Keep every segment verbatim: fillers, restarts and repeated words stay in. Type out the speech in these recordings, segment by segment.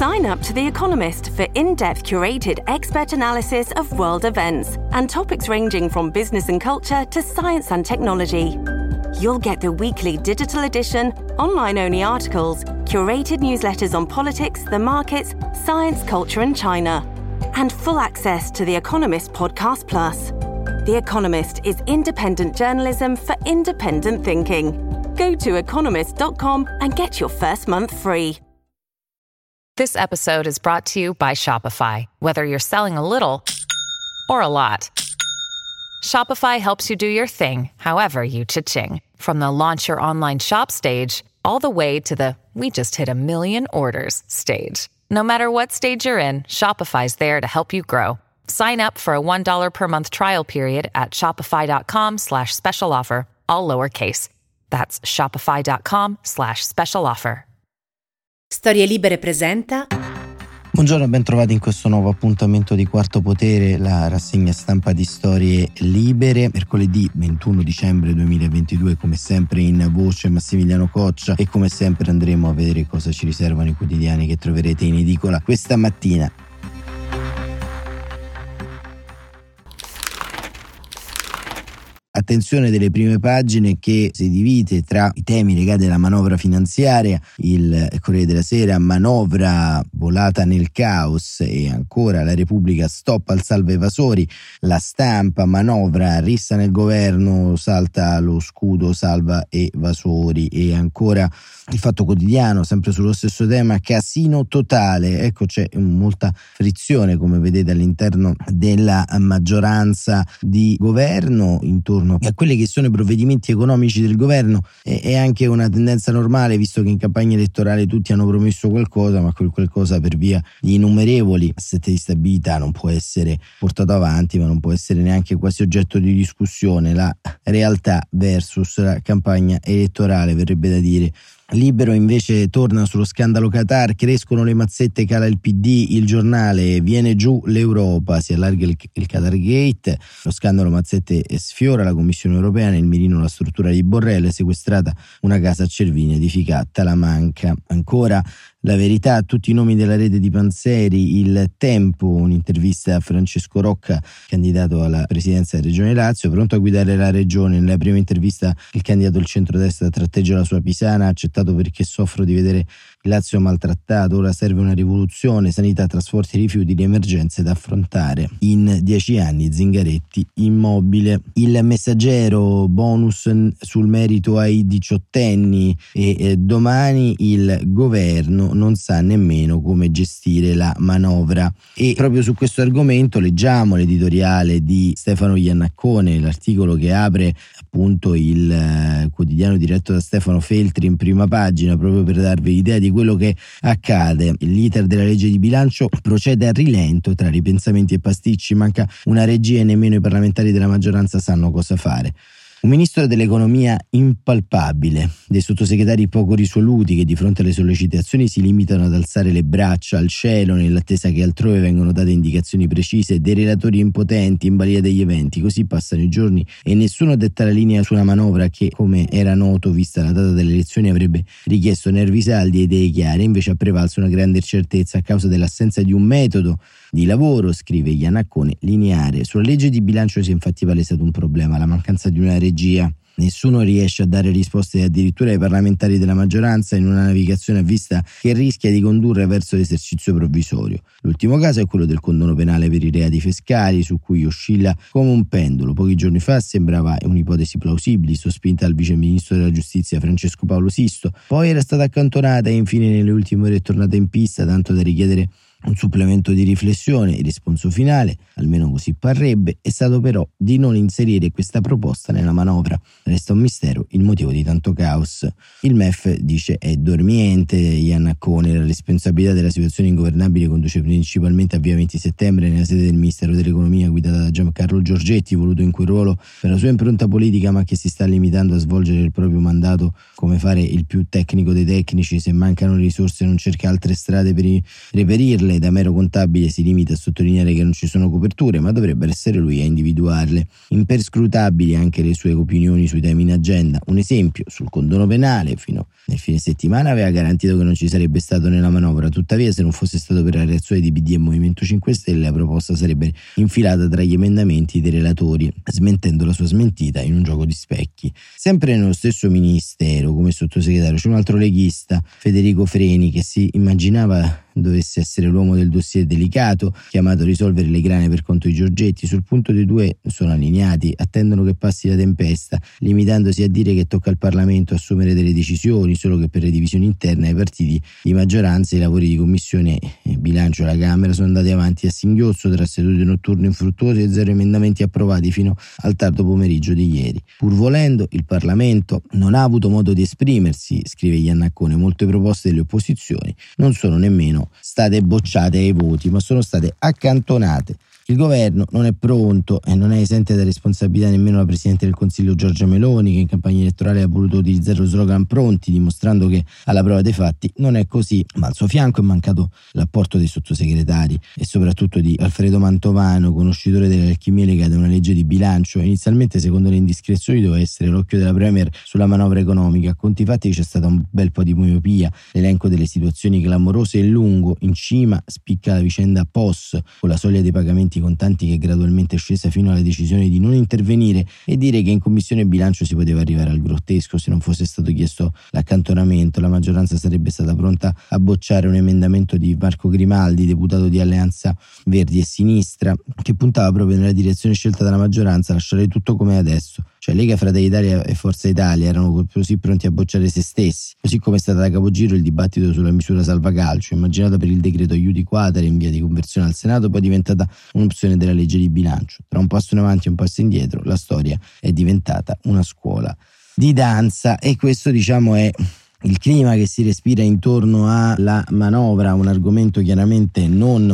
Sign up to The Economist for in-depth curated expert analysis of world events and topics ranging from business and culture to science and technology. You'll get the weekly digital edition, online-only articles, curated newsletters on politics, the markets, science, culture and China, and full access to The Economist Podcast Plus. The Economist is independent journalism for independent thinking. Go to economist dot com and get your first month free. This episode is brought to you by Shopify. Whether you're selling a little or a lot, Shopify helps you do your thing, however you cha-ching. From the launch your online shop stage, all the way to the we just hit a million orders stage. No matter what stage you're in, Shopify's there to help you grow. Sign up for a one dollar per month trial period at shopify.com slash special offer, all lowercase. That's shopify.com slash special offer. Storie Libere presenta. Buongiorno e ben trovati in questo nuovo appuntamento di Quarto Potere, la rassegna stampa di Storie Libere. Mercoledì ventuno dicembre duemilaventidue, come sempre in voce Massimiliano Coccia, e come sempre andremo a vedere cosa ci riservano i quotidiani che troverete in edicola questa mattina. Attenzione delle prime pagine, che si divide tra i temi legati alla manovra finanziaria. Il Corriere della Sera: manovra volata nel caos, e ancora La Repubblica: stop al salva evasori. La Stampa: manovra rissa nel governo, salta lo scudo salva evasori. E ancora Il Fatto Quotidiano, sempre sullo stesso tema: casino totale. Ecco, c'è molta frizione, come vedete, all'interno della maggioranza di governo intorno a quelli che sono i provvedimenti economici del governo. È anche una tendenza normale, visto che in campagna elettorale tutti hanno promesso qualcosa, ma quel qualcosa per via di innumerevoli assetti di stabilità non può essere portato avanti, ma non può essere neanche quasi oggetto di discussione. La realtà versus la campagna elettorale, verrebbe da dire. Libero invece torna sullo scandalo Qatar: crescono le mazzette, cala il P D. Il Giornale: viene giù l'Europa, si allarga il, il Qatar Gate. Lo scandalo mazzette sfiora la Commissione Europea, nel mirino la struttura di Borrell, sequestrata una casa a Cervinia edificata alla Manca. Ancora La Verità: tutti i nomi della rete di Panzeri. Il Tempo: un'intervista a Francesco Rocca, candidato alla presidenza della Regione Lazio, pronto a guidare la regione. Nella prima intervista il candidato del centrodestra tratteggia la sua Pisana: accettato perché soffro di vedere il Lazio maltrattato, ora serve una rivoluzione, sanità, trasporti, rifiuti, di emergenze da affrontare. In dieci anni Zingaretti immobile. Il Messaggero: bonus sul merito ai diciottenni. E eh, domani il governo non sa nemmeno come gestire la manovra. E proprio su questo argomento leggiamo l'editoriale di Stefano Iannaccone, l'articolo che apre appunto il eh, quotidiano diretto da Stefano Feltri in prima pagina, proprio per darvi l'idea di quello che accade. L'iter della legge di bilancio procede a rilento, tra ripensamenti e pasticci, manca una regia e nemmeno i parlamentari della maggioranza sanno cosa fare. Un ministro dell'economia impalpabile, dei sottosegretari poco risoluti che di fronte alle sollecitazioni si limitano ad alzare le braccia al cielo nell'attesa che altrove vengano date indicazioni precise, dei relatori impotenti in balia degli eventi. Così passano i giorni e nessuno detta la linea su una manovra che, come era noto vista la data delle elezioni, avrebbe richiesto nervi saldi e idee chiare. Invece ha prevalso una grande incertezza a causa dell'assenza di un metodo di lavoro, scrive Iannaccone, lineare. Sulla legge di bilancio si è infatti palesato un problema: la mancanza di una regia. Nessuno riesce a dare risposte addirittura ai parlamentari della maggioranza, in una navigazione a vista che rischia di condurre verso l'esercizio provvisorio. L'ultimo caso è quello del condono penale per i reati fiscali, su cui oscilla come un pendolo. Pochi giorni fa sembrava un'ipotesi plausibile, sospinta dal vice ministro della giustizia Francesco Paolo Sisto, poi era stata accantonata e infine nelle ultime ore è tornata in pista, tanto da richiedere un supplemento di riflessione. Il risponso finale, almeno così parrebbe, è stato però di non inserire questa proposta nella manovra. Resta un mistero il motivo di tanto caos. Il M E F dice è dormiente. Iannaccone: la responsabilità della situazione ingovernabile conduce principalmente a via venti settembre, nella sede del Ministero dell'Economia guidata da Giancarlo Giorgetti, voluto in quel ruolo per la sua impronta politica, ma che si sta limitando a svolgere il proprio mandato come fare il più tecnico dei tecnici. Se mancano risorse non cerca altre strade per reperirle. Da mero contabile si limita a sottolineare che non ci sono coperture, ma dovrebbe essere lui a individuarle. Imperscrutabili anche le sue opinioni sui temi in agenda. Un esempio: sul condono penale, fino nel fine settimana aveva garantito che non ci sarebbe stato nella manovra. Tuttavia, se non fosse stato per la reazione di P D e Movimento cinque Stelle, la proposta sarebbe infilata tra gli emendamenti dei relatori, smentendo la sua smentita in un gioco di specchi. Sempre nello stesso ministero, come sottosegretario, c'è un altro leghista, Federico Freni, che si immaginava dovesse essere l'uomo del dossier delicato, chiamato a risolvere le grane per conto di Giorgetti. Sul punto dei due sono allineati, attendono che passi la tempesta, limitandosi a dire che tocca al Parlamento assumere delle decisioni, solo che per le divisioni interne ai partiti di maggioranza i lavori di commissione e bilancio alla Camera sono andati avanti a singhiozzo tra sedute notturne infruttuose e zero emendamenti approvati fino al tardo pomeriggio di ieri. Pur volendo, il Parlamento non ha avuto modo di esprimersi, scrive Iannaccone. Molte proposte delle opposizioni non sono nemmeno state bocciate ai voti, ma sono state accantonate. Il governo non è pronto e non è esente da responsabilità nemmeno la Presidente del Consiglio Giorgia Meloni, che in campagna elettorale ha voluto utilizzare lo slogan pronti, dimostrando che alla prova dei fatti non è così. Ma al suo fianco è mancato l'apporto dei sottosegretari e soprattutto di Alfredo Mantovano, conoscitore delle alchimie legate a una legge di bilancio. Inizialmente, secondo le indiscrezioni, doveva essere l'occhio della Premier sulla manovra economica. A conti fatti c'è stata un bel po' di miopia, l'elenco delle situazioni clamorose è lungo. In cima spicca la vicenda P O S, con la soglia dei pagamenti contanti che è gradualmente scesa fino alla decisione di non intervenire e dire che in commissione bilancio si poteva arrivare al grottesco. Se non fosse stato chiesto l'accantonamento, la maggioranza sarebbe stata pronta a bocciare un emendamento di Marco Grimaldi, deputato di Alleanza Verdi e Sinistra, che puntava proprio nella direzione scelta dalla maggioranza, lasciare tutto come è adesso. Cioè Lega, Fratelli d'Italia e Forza Italia erano così pronti a bocciare se stessi, così come è stata da capogiro il dibattito sulla misura salvacalcio, immaginata per il decreto aiuti quater in via di conversione al Senato, poi diventata un'opzione della legge di bilancio. Tra un passo in avanti e un passo indietro, la storia è diventata una scuola di danza, e questo, diciamo, è il clima che si respira intorno alla manovra, un argomento chiaramente non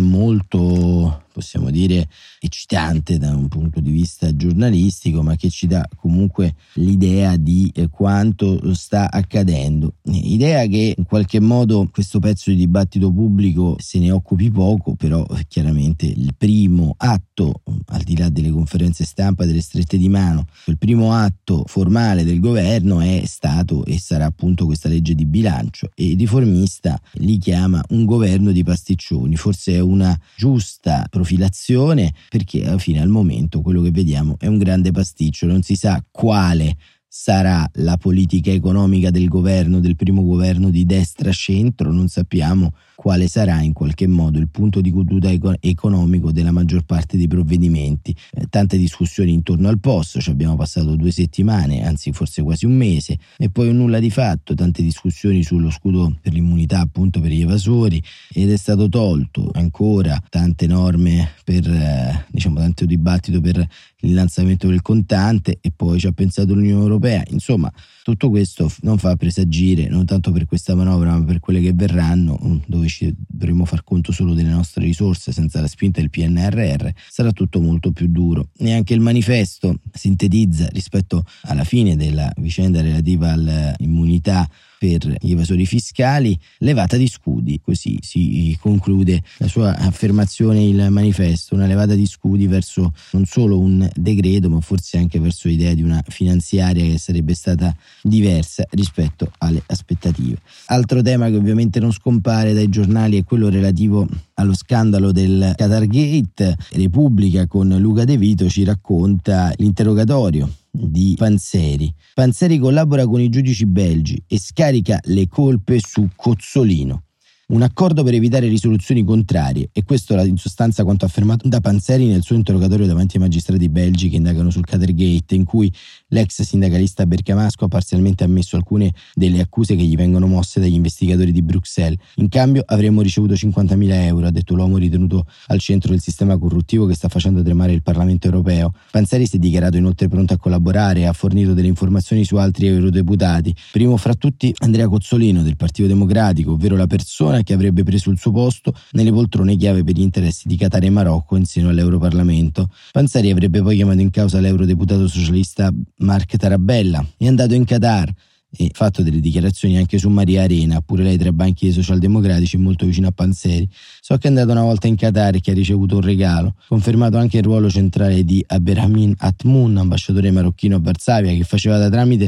molto, possiamo dire, eccitante da un punto di vista giornalistico, ma che ci dà comunque l'idea di quanto sta accadendo. Idea che in qualche modo questo pezzo di dibattito pubblico se ne occupi poco, però chiaramente il primo atto, al di là delle conferenze stampa e delle strette di mano, il primo atto formale del governo è stato e sarà appunto questa legge di bilancio, e il riformista li chiama un governo di pasticcioni. Forse è una giusta profilazione, perché alla fine, al momento, quello che vediamo è un grande pasticcio. Non si sa quale sarà la politica economica del governo, del primo governo di destra-centro, non sappiamo quale sarà in qualche modo il punto di caduta economico della maggior parte dei provvedimenti. Eh, tante discussioni intorno al P O S, ci abbiamo passato due settimane, anzi forse quasi un mese, e poi un nulla di fatto, tante discussioni sullo scudo per l'immunità appunto per gli evasori, ed è stato tolto ancora tante norme per, eh, diciamo, tanto dibattito per il lanzamento del contante, e poi ci ha pensato l'Unione Europea. Insomma, tutto questo non fa presagire, non tanto per questa manovra ma per quelle che verranno, dove ci dovremo far conto solo delle nostre risorse senza la spinta del P N R R, sarà tutto molto più duro. E anche il manifesto sintetizza, rispetto alla fine della vicenda relativa all'immunità per gli evasori fiscali, levata di scudi, così si conclude la sua affermazione il manifesto, una levata di scudi verso non solo un decreto ma forse anche verso l'idea di una finanziaria che sarebbe stata diversa rispetto alle aspettative. Altro tema che ovviamente non scompare dai giornali è quello relativo allo scandalo del Qatar Gate. Repubblica con Luca De Vito ci racconta l'interrogatorio di Panzeri. Panzeri collabora con i giudici belgi e scarica le colpe su Cozzolino. Un accordo per evitare risoluzioni contrarie, e questo in sostanza quanto affermato da Panzeri nel suo interrogatorio davanti ai magistrati belgi che indagano sul Qatargate, in cui l'ex sindacalista Bergamasco ha parzialmente ammesso alcune delle accuse che gli vengono mosse dagli investigatori di Bruxelles. In cambio avremmo ricevuto cinquantamila euro, ha detto l'uomo ritenuto al centro del sistema corruttivo che sta facendo tremare il Parlamento europeo. Panzeri si è dichiarato inoltre pronto a collaborare e ha fornito delle informazioni su altri eurodeputati, primo fra tutti Andrea Cozzolino del Partito Democratico, ovvero la persona che avrebbe preso il suo posto nelle poltrone chiave per gli interessi di Qatar e Marocco in seno all'Europarlamento. Panzeri avrebbe poi chiamato in causa l'eurodeputato socialista Mark Tarabella, è andato in Qatar e fatto delle dichiarazioni anche su Maria Arena, pure lei tra i banchi dei socialdemocratici molto vicino a Panzeri. So che è andato una volta in Qatar e che ha ricevuto un regalo. Confermato anche il ruolo centrale di Abderrahmane Atmoun, ambasciatore marocchino a Varsavia, che faceva da tramite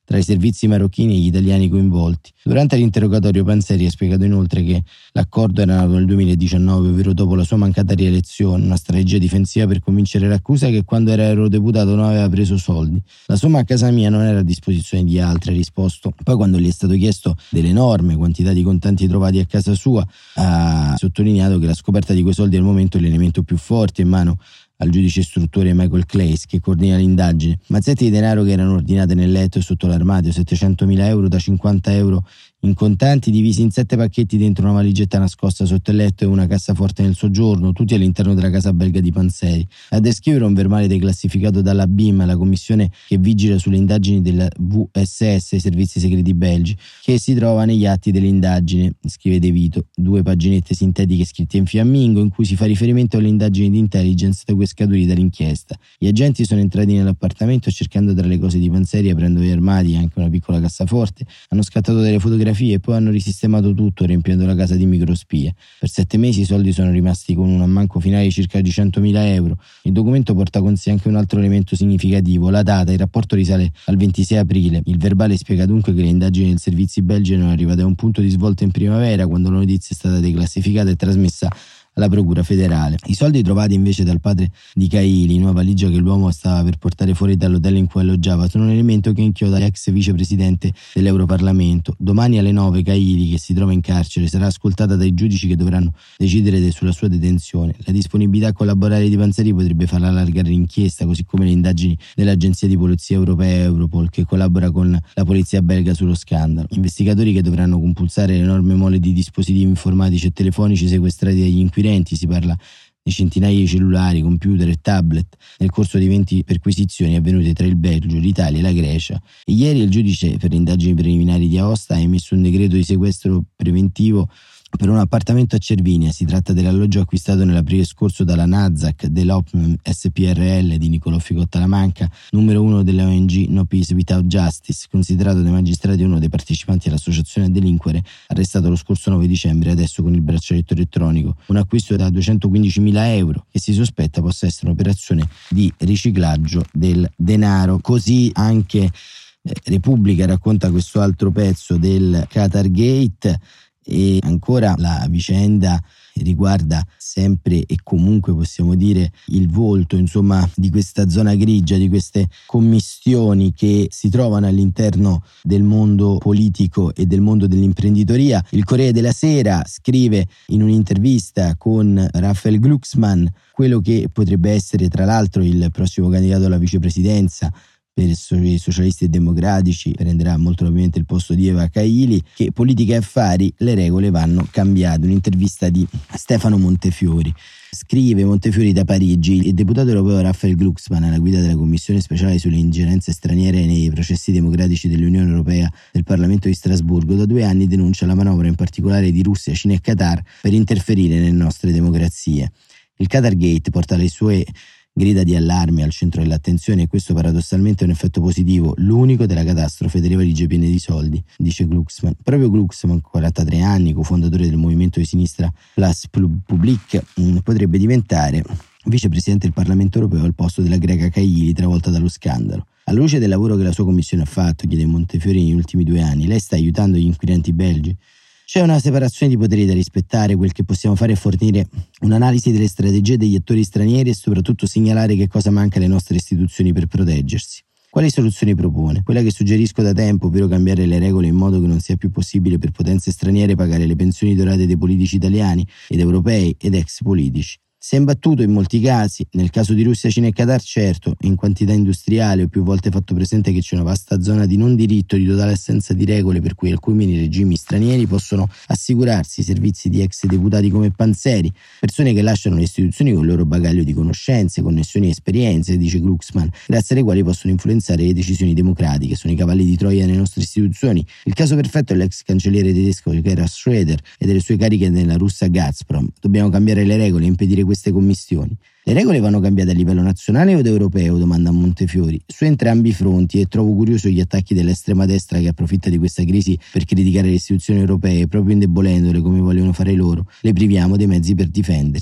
tra i servizi marocchini e gli italiani coinvolti. Durante l'interrogatorio Panzeri ha spiegato inoltre che l'accordo era nato nel duemiladiciannove, ovvero dopo la sua mancata rielezione, una strategia difensiva per convincere l'accusa che quando era eurodeputato non aveva preso soldi. La somma a casa mia non era a disposizione di altri, ha risposto. Poi quando gli è stato chiesto dell'enorme quantità di contanti trovati a casa sua, ha sottolineato che la scoperta di quei soldi al momento è l'elemento più forte in mano al giudice istruttore Michael Claes, che coordina l'indagine. Mazzetti di denaro che erano ordinate nel letto e sotto l'armadio, settecentomila euro da cinquanta euro in contanti divisi in sette pacchetti dentro una valigetta nascosta sotto il letto e una cassaforte nel soggiorno, tutti all'interno della casa belga di Panzeri. A descrivere un verbale declassificato dalla B I M, la commissione che vigila sulle indagini della V S S, i servizi segreti belgi, che si trova negli atti dell'indagine, scrive De Vito, due paginette sintetiche scritte in fiammingo in cui si fa riferimento alle indagini di intelligence da cui scaturì dall'inchiesta. Gli agenti sono entrati nell'appartamento cercando tra le cose di Panzeri, aprendo gli armadi e anche una piccola cassaforte, hanno scattato delle fotografie e poi hanno risistemato tutto riempiendo la casa di microspie. Per sette mesi i soldi sono rimasti con un ammanco finale di circa di centomila euro. Il documento porta con sé anche un altro elemento significativo, la data. Il rapporto risale al ventisei aprile. Il verbale spiega dunque che le indagini dei servizi belgi erano arrivate a un punto di svolta in primavera, quando la notizia è stata declassificata e trasmessa alla Procura federale. I soldi trovati invece dal padre di Kaili in una valigia che l'uomo stava per portare fuori dall'hotel in cui alloggiava sono un elemento che inchioda l'ex vicepresidente dell'Europarlamento. Domani alle nove Kaili, che si trova in carcere, sarà ascoltata dai giudici che dovranno decidere sulla sua detenzione. La disponibilità a collaborare di Panzeri potrebbe farla allargare l'inchiesta, così come le indagini dell'Agenzia di Polizia Europea Europol, che collabora con la polizia belga sullo scandalo. Investigatori che dovranno compulsare l'enorme mole di dispositivi informatici e telefonici sequestrati dagli inquirenti. Si parla di centinaia di cellulari, computer e tablet nel corso di venti perquisizioni avvenute tra il Belgio, l'Italia e la Grecia. E ieri il giudice per le indagini preliminari di Aosta ha emesso un decreto di sequestro preventivo per un appartamento a Cervinia. Si tratta dell'alloggio acquistato nell'aprile scorso dalla Nasdaq dell'Optimum S P R L di Niccolò Fico Talamanca, numero uno della O N G No Peace Without Justice, considerato dai magistrati uno dei partecipanti all'associazione a delinquere, arrestato lo scorso nove dicembre, adesso con il braccialetto elettronico. Un acquisto da duecentoquindicimila euro che si sospetta possa essere un'operazione di riciclaggio del denaro. Così anche eh, Repubblica racconta questo altro pezzo del Qatar Gate. E ancora la vicenda riguarda sempre e comunque, possiamo dire, il volto, insomma, di questa zona grigia, di queste commistioni che si trovano all'interno del mondo politico e del mondo dell'imprenditoria. Il Corriere della Sera scrive in un'intervista con Raphael Glucksmann quello che potrebbe essere tra l'altro il prossimo candidato alla vicepresidenza per i socialisti e democratici, prenderà molto probabilmente il posto di Eva Kaili, che politica e affari, le regole vanno cambiate. Un'intervista di Stefano Montefiori. Scrive Montefiori da Parigi: il deputato europeo Raphael Glucksmann, alla guida della Commissione speciale sulle ingerenze straniere nei processi democratici dell'Unione Europea del Parlamento di Strasburgo, da due anni denuncia la manovra, in particolare di Russia, Cina e Qatar, per interferire nelle nostre democrazie. Il Qatar Gate porta le sue grida di allarme al centro dell'attenzione, e questo paradossalmente è un effetto positivo, l'unico della catastrofe delle valigie piene di soldi, dice Glucksmann. Proprio Glucksmann, quarantatré anni, cofondatore del movimento di sinistra Place Publique, potrebbe diventare vicepresidente del Parlamento europeo al posto della greca Kaili, travolta dallo scandalo. Alla luce del lavoro che la sua commissione ha fatto, chiede Montefiori, negli ultimi due anni, lei sta aiutando gli inquirenti belgi? C'è una separazione di poteri da rispettare. Quel che possiamo fare è fornire un'analisi delle strategie degli attori stranieri e soprattutto segnalare che cosa manca alle nostre istituzioni per proteggersi. Quali soluzioni propone? Quella che suggerisco da tempo, ovvero cambiare le regole in modo che non sia più possibile per potenze straniere pagare le pensioni dorate dei politici italiani ed europei ed ex politici. Si è imbattuto in molti casi, nel caso di Russia, Cina e Qatar certo, in quantità industriale. Ho più volte fatto presente che c'è una vasta zona di non diritto, di totale assenza di regole, per cui alcuni regimi stranieri possono assicurarsi i servizi di ex deputati come Panzeri, persone che lasciano le istituzioni con il loro bagaglio di conoscenze, connessioni e esperienze, dice Glucksmann, grazie alle quali possono influenzare le decisioni democratiche. Sono i cavalli di Troia nelle nostre istituzioni. Il caso perfetto è l'ex cancelliere tedesco Gerhard Schröder e delle sue cariche nella russa Gazprom. Dobbiamo cambiare le regole e impedire queste commistioni. Le regole vanno cambiate a livello nazionale o europeo? Domanda Montefiori. Su entrambi i fronti, e trovo curioso gli attacchi dell'estrema destra che approfitta di questa crisi per criticare le istituzioni europee, proprio indebolendole come vogliono fare loro. Le priviamo dei mezzi per difendersi.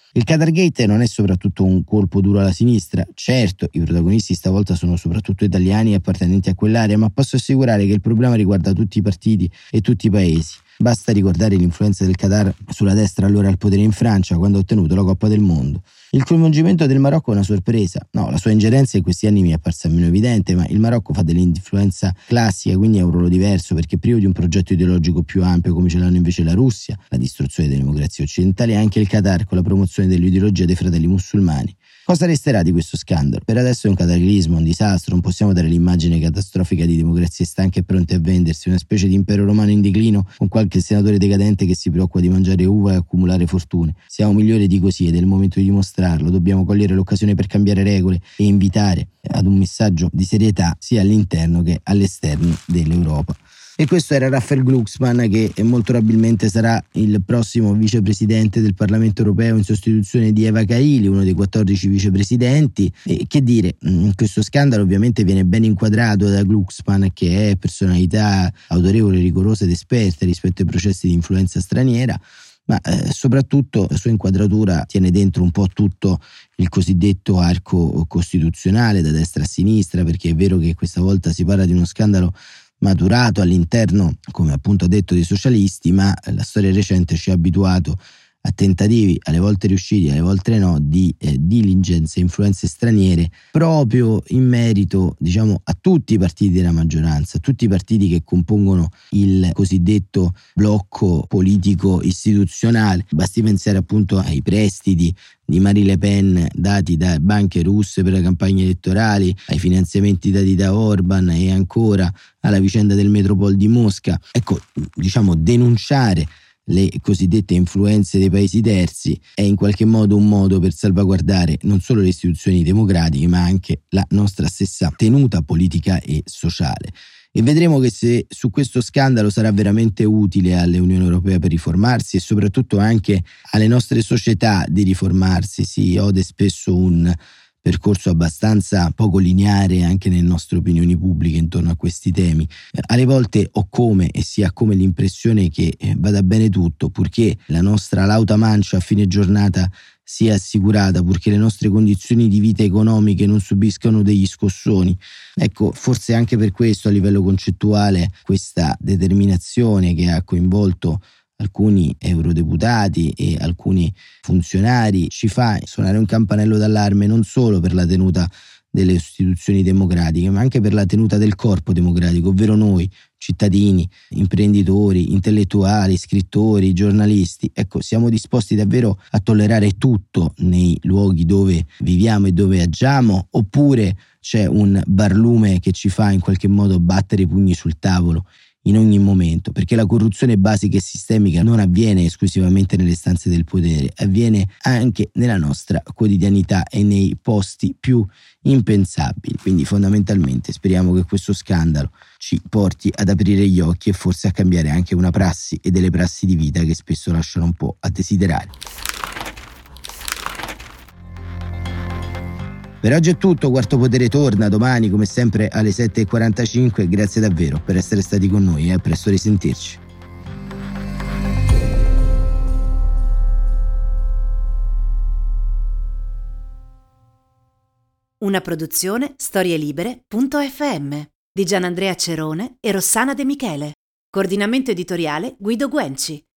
Il Qatargate non è soprattutto un colpo duro alla sinistra, certo i protagonisti stavolta sono soprattutto italiani e appartenenti a quell'area, ma posso assicurare che il problema riguarda tutti i partiti e tutti i paesi. Basta ricordare l'influenza del Qatar sulla destra allora al potere in Francia quando ha ottenuto la Coppa del Mondo. Il coinvolgimento del Marocco è una sorpresa. No, la sua ingerenza in questi anni mi è apparsa meno evidente, ma il Marocco fa dell'influenza classica, quindi è un ruolo diverso perché privo di un progetto ideologico più ampio come ce l'hanno invece la Russia, la distruzione delle democrazie occidentali, e anche il Qatar con la promozione dell'ideologia dei fratelli musulmani. Cosa resterà di questo scandalo? Per adesso è un cataclismo, un disastro, non possiamo dare l'immagine catastrofica di democrazie stanche e pronte a vendersi, una specie di impero romano in declino con qualche senatore decadente che si preoccupa di mangiare uva e accumulare fortune. Siamo migliori di così ed è il momento di dimostrarlo, dobbiamo cogliere l'occasione per cambiare regole e invitare ad un messaggio di serietà sia all'interno che all'esterno dell'Europa. E questo era Raphael Glucksmann, che molto probabilmente sarà il prossimo vicepresidente del Parlamento europeo in sostituzione di Eva Kaili, uno dei quattordici vicepresidenti. E che dire, questo scandalo ovviamente viene ben inquadrato da Glucksmann, che è personalità autorevole, rigorosa ed esperta rispetto ai processi di influenza straniera, ma eh, soprattutto la sua inquadratura tiene dentro un po' tutto il cosiddetto arco costituzionale da destra a sinistra, perché è vero che questa volta si parla di uno scandalo maturato all'interno, come appunto ha detto, dei socialisti, ma la storia recente ci ha abituato a tentativi, alle volte riusciti, alle volte no, di eh, diligenze e influenze straniere proprio in merito, diciamo, a tutti i partiti della maggioranza, a tutti i partiti che compongono il cosiddetto blocco politico istituzionale. Basti pensare appunto ai prestiti di Marine Le Pen dati da banche russe per le campagne elettorali, ai finanziamenti dati da Orban e ancora alla vicenda del Metropol di Mosca. Ecco, diciamo, denunciare le cosiddette influenze dei paesi terzi è in qualche modo un modo per salvaguardare non solo le istituzioni democratiche ma anche la nostra stessa tenuta politica e sociale. E vedremo che se su questo scandalo sarà veramente utile all'Unione Europea per riformarsi e soprattutto anche alle nostre società di riformarsi. Si ode spesso un percorso abbastanza poco lineare anche nelle nostre opinioni pubbliche intorno a questi temi. Alle volte ho come e si ha come l'impressione che vada bene tutto, purché la nostra lauta mancia a fine giornata sia assicurata, purché le nostre condizioni di vita economiche non subiscano degli scossoni. Ecco, forse anche per questo a livello concettuale questa determinazione che ha coinvolto alcuni eurodeputati e alcuni funzionari ci fa suonare un campanello d'allarme non solo per la tenuta delle istituzioni democratiche, ma anche per la tenuta del corpo democratico, ovvero noi, cittadini, imprenditori, intellettuali, scrittori, giornalisti. Ecco, siamo disposti davvero a tollerare tutto nei luoghi dove viviamo e dove agiamo, oppure c'è un barlume che ci fa in qualche modo battere i pugni sul tavolo in ogni momento, perché la corruzione basica e sistemica non avviene esclusivamente nelle stanze del potere, avviene anche nella nostra quotidianità e nei posti più impensabili. Quindi fondamentalmente speriamo che questo scandalo ci porti ad aprire gli occhi e forse a cambiare anche una prassi e delle prassi di vita che spesso lasciano un po' a desiderare. Per oggi è tutto, Quarto Potere torna domani come sempre alle sette e quarantacinque. Grazie davvero per essere stati con noi e a presto risentirci. Una produzione storielibere punto effe emme di Gianandrea Cerone e Rossana De Michele. Coordinamento editoriale Guido Guenci.